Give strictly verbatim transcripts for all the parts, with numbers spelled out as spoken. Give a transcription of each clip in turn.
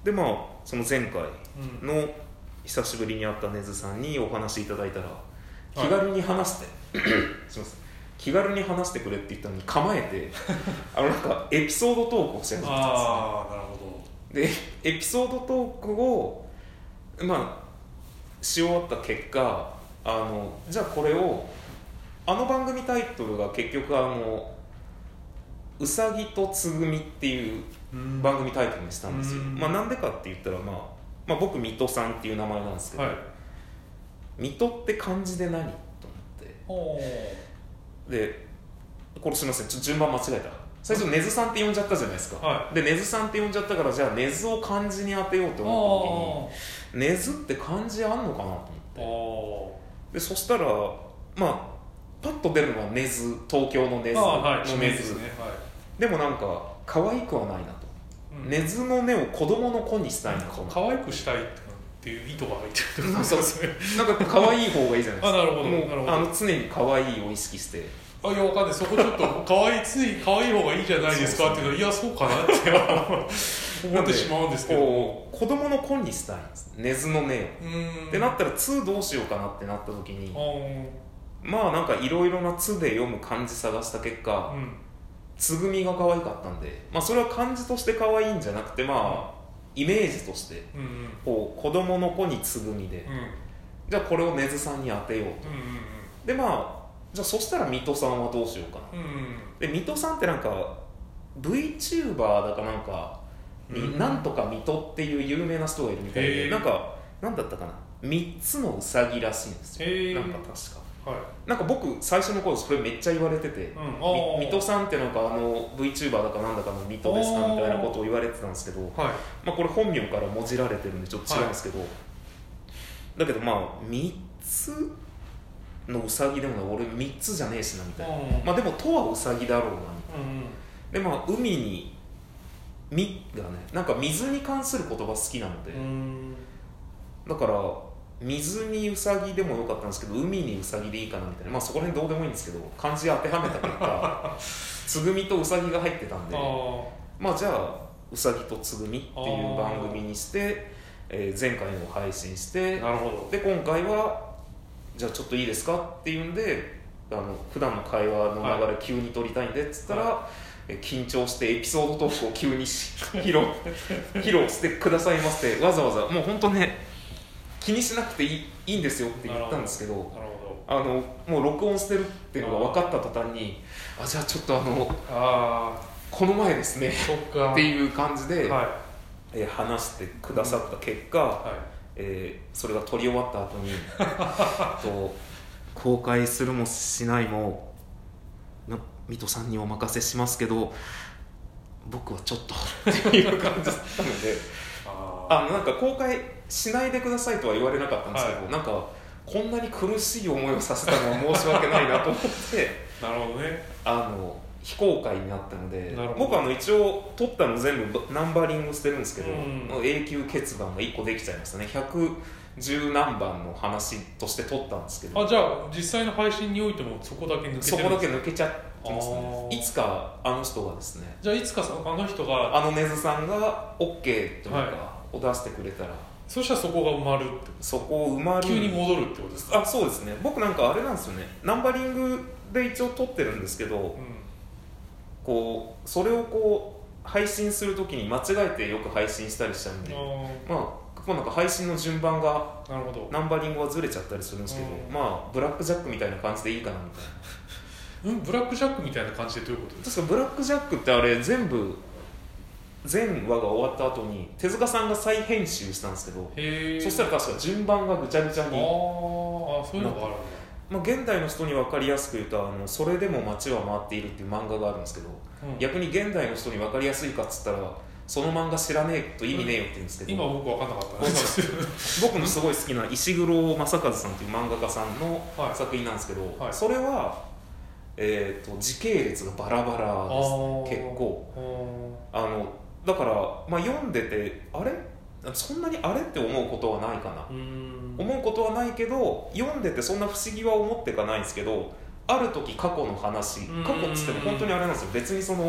でまあその前回の久しぶりに会った根津さんにお話いただいたら、気軽に話して、はい、すいません気軽に話してくれって言ったのに構えてあのなんかエピソードトークをし始めたんですよ。 ああなるほど。 でエピソードトークをまあし終わった結果、あのじゃあこれをあの番組タイトルが結局あのうさぎとつぐみっていう番組タイトルにしたんですよ。まあなんでかって言ったら、まあ、まあ僕水戸さんっていう名前なんですけど、はい、水戸って漢字で何と思ってで、これすみませんちょっと順番間違えた。最初根津さんって呼んじゃったじゃないですか、はい、で根津さんって呼んじゃったから、じゃあ根津を漢字に当てようと思った時に根津って漢字あんのかなと思って、でそしたらまあパッと出るのは根津、東京の根津の根津、ね、はい、でもなんか可愛くはないなと、うん、根津の根を子供の子にしたいなと。 可愛くしたいっていう意図が入ってる。 なんか可愛い方がいいじゃないですか。 あ、なるほど。 もうあの常に可愛いを意識して、 あ、いやわかんない、そこちょっと可愛いつい可愛い方がいいじゃないですかっていうのは、いやそうかなって思ってしまうんですけど、 子供の子にしたいんです、根津の根を。ってなったらつどうしようかなってなった時に、まあなんかいろいろなつで読む漢字探した結果、うん、つぐみが可愛かったんで、まあそれは漢字として可愛いんじゃなくて、まあ、うん、イメージとして、うんうん、こう子供の子につぐみで、うん、じゃあこれを根津さんに当てようと、うんうんうん、でまあじゃあそしたら水戸さんはどうしようかな、うんうん、で水戸さんってなんか VTuber だかなんか、うん、なんとか水戸っていう有名な人がいるみたいで、なんかなんだったかな、みっつのうさぎらしいんですよ、なんか確か。はい、なんか僕最初の頃それめっちゃ言われてて、うん、水戸さんってなんかあの VTuber だかなんだかの水戸ですかみたいなことを言われてたんですけど、はい、まあ、これ本名からもじられてるんでちょっと違うんですけど、はい、だけどまあみっつのうさぎでもない、俺みっつじゃねえしなみたいな、うん、まあでもとはうさぎだろうなみたいな、うん、でまあ海にみがね、なんか水に関する言葉好きなので、うん、だから水にうさぎでもよかったんですけど、海にうさぎでいいかなみたいな、まあそこら辺どうでもいいんですけど、漢字当てはめた結果つぐみとうさぎが入ってたんで、あまあじゃあうさぎとつぐみっていう番組にして、えー、前回の配信して、なるほど、で今回はじゃあちょっといいですかっていうんで、あの普段の会話の流れ急に撮りたいんでっつったら、はい、緊張してエピソードトークを急に披露披露してくださいまして、わざわざもう本当ね気にしなくてい い, いいんですよって言ったんですけ ど, どあのもう録音してるっていうのが分かった途端に、あじゃあちょっとあのあこの前ですねっていう感じで、はい、えー、話してくださった結果、うん、はい、えー、それが撮り終わった後にと公開するもしないも水戸さんにお任せしますけど僕はちょっとっていう感じだったのであのなんか公開しないでくださいとは言われなかったんですけど、はい、なんかこんなに苦しい思いをさせたのは申し訳ないなと思ってなるほどね、あの非公開になったので、僕はあの一応撮ったの全部ナンバリングしてるんですけど、うん、永久欠番がいっこできちゃいましたね。ひゃくじゅう何番の話として撮ったんですけど、 あじゃあ実際の配信においてもそこだけ抜けてるんですか？ そこだけ抜けちゃってますね。いつかあの人がですね、 じゃあいつかあの人があの根津さんが OK というか、はいを出してくれたら、 そしたらそこが埋まるってこと、 そこ埋まる、 急に戻るってことですか？ あ、そうですね。僕なんかあれなんですよね、ナンバリングで一応撮ってるんですけど、うん、こうそれをこう配信するときに間違えてよく配信したりしちゃうんで、あまあなんか配信の順番がなるほど、 ナンバリングはずれちゃったりするんですけど、まあブラックジャックみたいな感じでいいかなみたいなうん、ブラックジャックみたいな感じでどういうことですか？ 確かブラックジャックってあれ全部全話が終わった後に手塚さんが再編集したんですけど、そしたら確か順番がぐちゃぐちゃに、ああそういうのがあるんだ、 まあ、現代の人に分かりやすく言うとあのそれでも街は回っているっていう漫画があるんですけど、うん、逆に現代の人に分かりやすいかっつったらその漫画知らねえと意味ねえよって言うんですけど、 うん、今僕分かんなかったね僕のすごい好きな石黒正和さんという漫画家さんの作品なんですけど、はいはい、それは、えー、と時系列がバラバラです結構あのだから、まあ、読んでてあれそんなにあれって思うことはないかな、うん思うことはないけど読んでてそんな不思議は思ってかないんですけど、ある時過去の話、過去っつっても本当にあれなんですよ、別にその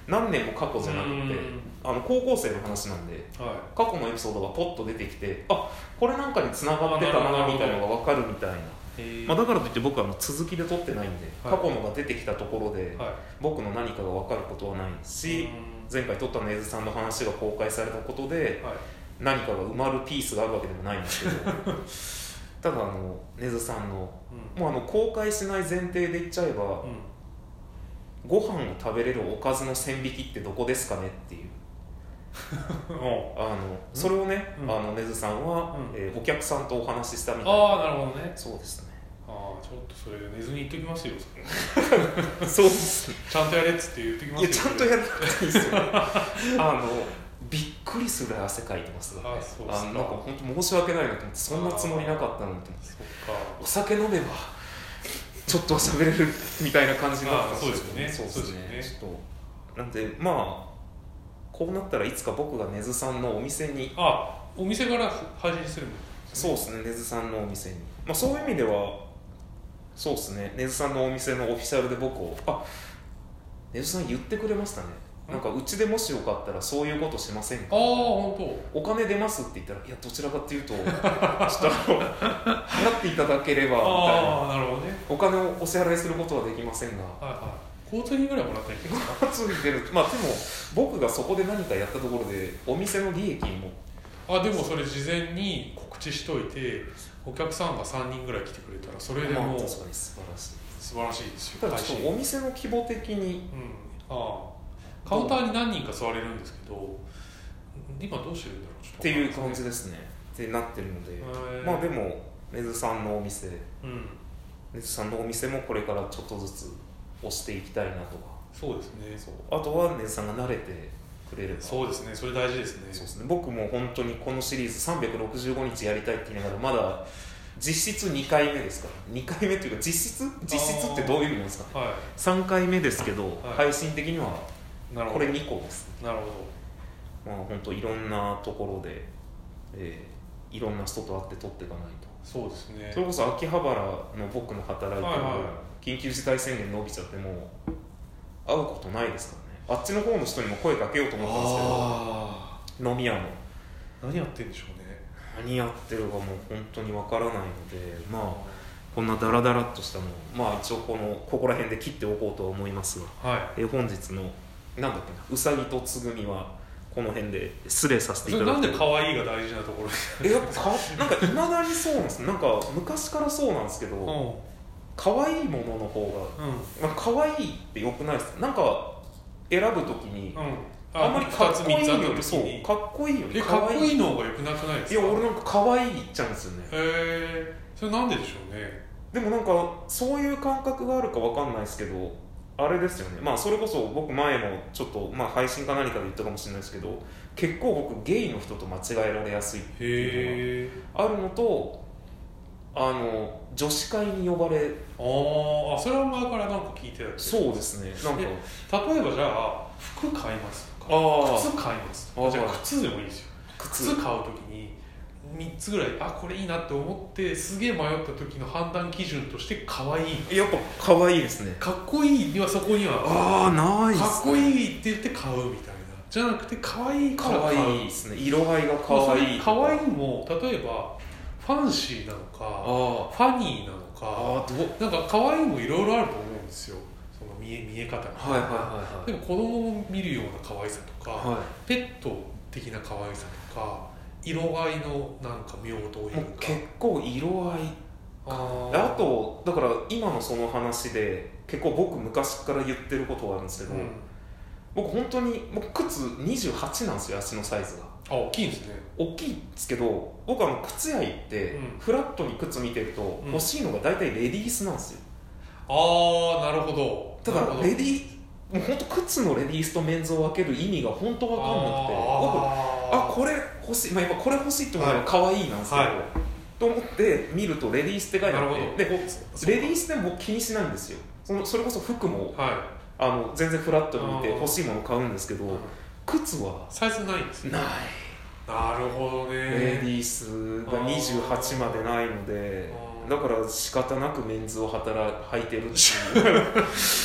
何年も過去じゃなくてあの高校生の話なんで、はい、過去のエピソードがポッと出てきてあこれなんかに繋がってたなみたいなのが分かるみたいな、まあ、だからといって僕はあの続きで撮ってないんで、はい、過去のが出てきたところで、はい、僕の何かが分かることはないし、前回撮った根津さんの話が公開されたことで、はい、何かが埋まるピースがあるわけでもないんですけどただあの根津さんの、うん、もうあの公開しない前提で言っちゃえば、うん、ご飯を食べれるおかずの線引きってどこですかねっていうあのそれをね、うん、あの根津さんは、うんえー、お客さんとお話ししたみたいな。 ああなるほどね。 そうですね。 ああちょっとそれ根津に言っときますよそうですちゃんとやれっつって言ってきますよ。 いやちゃんとやらなくていいですよあのびっくりするぐらい汗かいてますからね。あそうですか。あのなんか本当申し訳ないなと思ってそんなつもりなかったのと思って。そうか。お酒飲めばちょっとは喋れるみたいな感じになったんですよ。 そうですよね。そうですね。 ちょっとなんでまあこうなったらいつか僕が根津さんのお店にあお店から配信するんですね。そうですね根津さんのお店に、まあ、そういう意味ではそうですね根津さんのお店のオフィシャルで僕をあ根津さん言ってくれましたね。なんかうちでもしよかったらそういうことしませんか。 ああ本当。 お金出ますって言ったらいやどちらかっていうとちょっと払っていただければみたいな。 ああなるほどね。 お金をお支払いすることはできませんが、はいはい交通費ぐらいもらったらいいですか。 交通費出るまあでも僕がそこで何かやったところでお店の利益もあでもそれ事前に告知しといてお客さんがさんにんぐらい来てくれたらそれでもう、まあ、確かに素晴らしい素晴らしいですよ。 ただちょっとお店の規模的に、 うん、ああカウンターに何人か座れるんですけど今どうしてるんだろうちょっとっていう感じですねってなってるのでまあでも根津さんのお店、うん、根津さんのお店もこれからちょっとずつ押していきたいなとか。 そうですね。 そうあとは根津さんが慣れてくれれば。 そうですねそれ大事ですね。 そうですね僕も本当にこのシリーズさんびゃくろくじゅうごにちやりたいって言いながらまだ実質にかいめですからにかいめっていうか実質実質ってどういう意味なんですかね、はい、さんかいめですけど、はい、配信的にはこれにこです、 ね、なるほど。まあ本当いろんなところで、えー、いろんな人と会って撮っていかないと。 そうですね。 それこそ秋葉原の僕の働いてる、はいはい、緊急事態宣言伸びちゃってもう会うことないですからね。あっちの方の人にも声かけようと思ったんですけど飲み屋の何やってるんでしょうね。 何やってるかもう本当にわからないのでまあこんなダラダラっとしたのをまあ一応このここら辺で切っておこうとは思いますが、はい、え本日のなんだっけなうさぎとつぐみはこの辺で失礼させていただきます。 それなんで可愛いが大事なところえやっぱかなんかいまだにそうなんですなんか昔からそうなんですけど、うん可愛いものの方が、うんまあ、可愛いってよくないですか。なんか選ぶときに、うん、あ, あんまりかっこいいよりそうかっこいいよりかっこいいの方がよくなくないですか。 いや俺なんか可愛い言っちゃうんですよね。 へえそれなんででしょうね。 でもなんかそういう感覚があるかわかんないですけどあれですよね。まあそれこそ僕前もちょっと、まあ、配信か何かで言ったかもしれないですけど結構僕ゲイの人と間違えられやすいっていうのがあるのとあの女子会に呼ばれああそれは前からなんか聞いてたけど。 そうですねなんか例えばじゃあ服買いますとかあ靴買いますとかじゃあ靴でもいいですよ。靴買うときにみっつぐらいあこれいいなって思ってすげえ迷った時の判断基準として可愛いやっぱ可愛いですね。 かっこいいにはそこにはああナイス、ね、 かっこいいって言って買うみたいなじゃなくて可愛いから買う。 可愛いですね色合いが可愛い。 可愛いも例えばファンシーなのかファニーなのかあどなんか可愛いもいろいろあると思うんですよその見え、見え方が、 はいはいはいはい、 でも子供を見るような可愛さとか、はい、ペット的な可愛さとか色合いのなんか妙というか結構色合いああとだから今のその話で結構僕昔から言ってることがあるんですけど、うん、僕本当に僕靴にじゅうはちなんですよ足のサイズが。 あ大きいんですね。 大きいんですけど僕あの靴屋行って、うん、フラットに靴見てると、うん、欲しいのが大体レディースなんですよ。 ああなるほど。 だからレディーもう本当靴のレディースとメンズを分ける意味が本当分かんなくて僕あこれ欲しい、まあ、今これ欲しいって思うのが可愛いなんですけど、はい、と思って見るとレディースって書いてあってでレディースでも気にしないんですよ。そのそれこそ服も、はい、あの全然フラットに見て欲しいもの買うんですけど靴はサイズないんですね。 ない。 なるほどね。 レディースがにじゅうはちまでないのでだから仕方なくメンズを働いてるっていう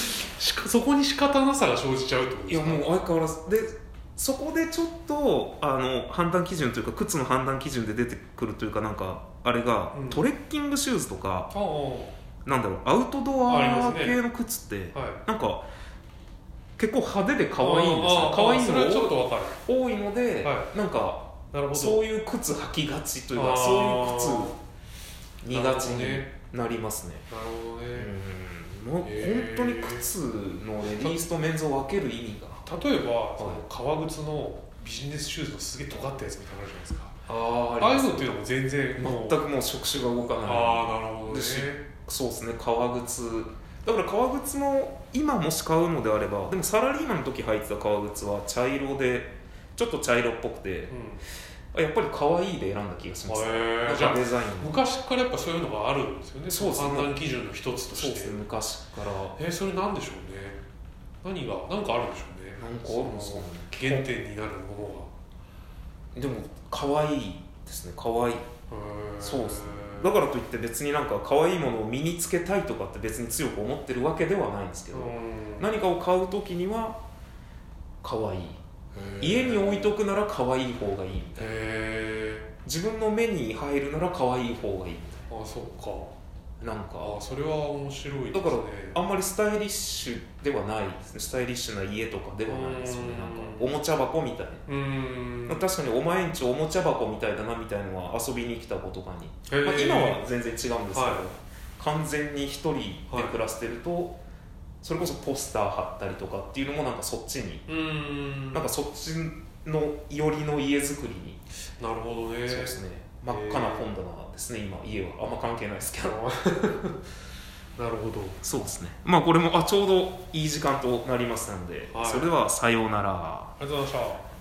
そこに仕方なさが生じちゃうってことですか？ いやもう相変わらずで、そこでちょっとあの判断基準というか靴の判断基準で出てくるというか、なんかあれが、うん、トレッキングシューズとか、なんだろう、アウトドア系の靴って、ね、はい、なんか結構派手で可愛いんですよ。可愛いのが多いので、はい、なんかそういう靴履きがちというか、そういう靴見がちになりますね。 なるほどね。 うん、もう本当に靴のレディースとメンズを分ける意味が、 例えば、はい、その革靴のビジネスシューズのすげえ尖ったやつみたいなのあるじゃないですか。 あああいうのっていうのも全然もう全くもう触手が動かない。 ああ、なるほどね。 そうですね、革靴だから革靴も今もし買うのであれば、でもサラリーマンの時履いてた革靴は茶色でちょっと茶色っぽくて、うん、やっぱり可愛いで選んだ気がします。なんかデザイン昔からやっぱそういうのがあるんですよね。 そうですね、 判断基準の一つとして。 そうですね、昔から。 えー、それなんでしょうね。何が何かあるんでしょうね。 なんかあるんですかね、 原点になるものが。でも可愛いですね、可愛い。そうですね。だからといって別になんか可愛いものを身につけたいとかって別に強く思ってるわけではないんですけど、何かを買う時には可愛い、家に置いとくなら可愛い方がいいみたいな、自分の目に入るなら可愛い方がいいみたいな。 あ、そっか。 なんかあ、それは面白いですね。 だからあんまりスタイリッシュではないですね。スタイリッシュな家とかではないですよね。なんかおもちゃ箱みたいな。うん、確かにお前んちおもちゃ箱みたいだなみたいなのは遊びに来た子とかに、まあ、今は全然違うんですけど、はい、完全に一人で暮らしてると、はい、それこそポスター貼ったりとかっていうのもなんかそっちに、うんなんかそっちのよりの家づくりに。 なるほどね。 そうですね、真っ赤な本棚ですね今家は。あんま関係ないですけどなるほど。 そうですね。まあこれもあちょうどいい時間となりましたので、はい、それではさようなら。 ありがとうございました。